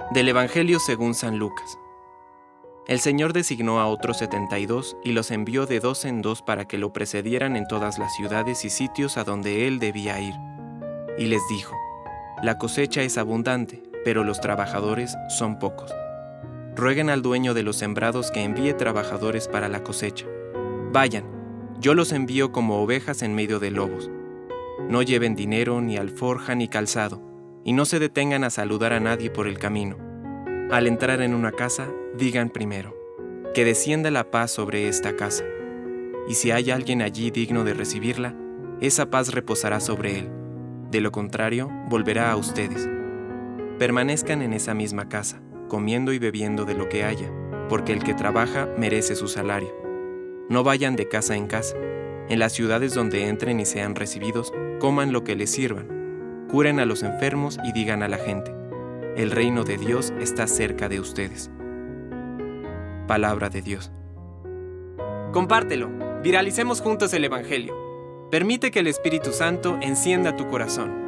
Del Evangelio según San Lucas. El Señor designó a otros 72 y los envió de 2 en 2 para que lo precedieran en todas las ciudades y sitios a donde él debía ir. Y les dijo: La cosecha es abundante, pero los trabajadores son pocos. Rueguen al dueño de los sembrados que envíe trabajadores para la cosecha. Vayan, yo los envío como ovejas en medio de lobos. No lleven dinero, ni alforja, ni calzado, y no se detengan a saludar a nadie por el camino. Al entrar en una casa, digan primero: que descienda la paz sobre esta casa. Y si hay alguien allí digno de recibirla, esa paz reposará sobre él. De lo contrario, volverá a ustedes. Permanezcan en esa misma casa, comiendo y bebiendo de lo que haya, porque el que trabaja merece su salario. No vayan de casa en casa. En las ciudades donde entren y sean recibidos, coman lo que les sirvan. Curen a los enfermos y digan a la gente: el reino de Dios está cerca de ustedes. Palabra de Dios. Compártelo. Viralicemos juntos el Evangelio. Permite que el Espíritu Santo encienda tu corazón.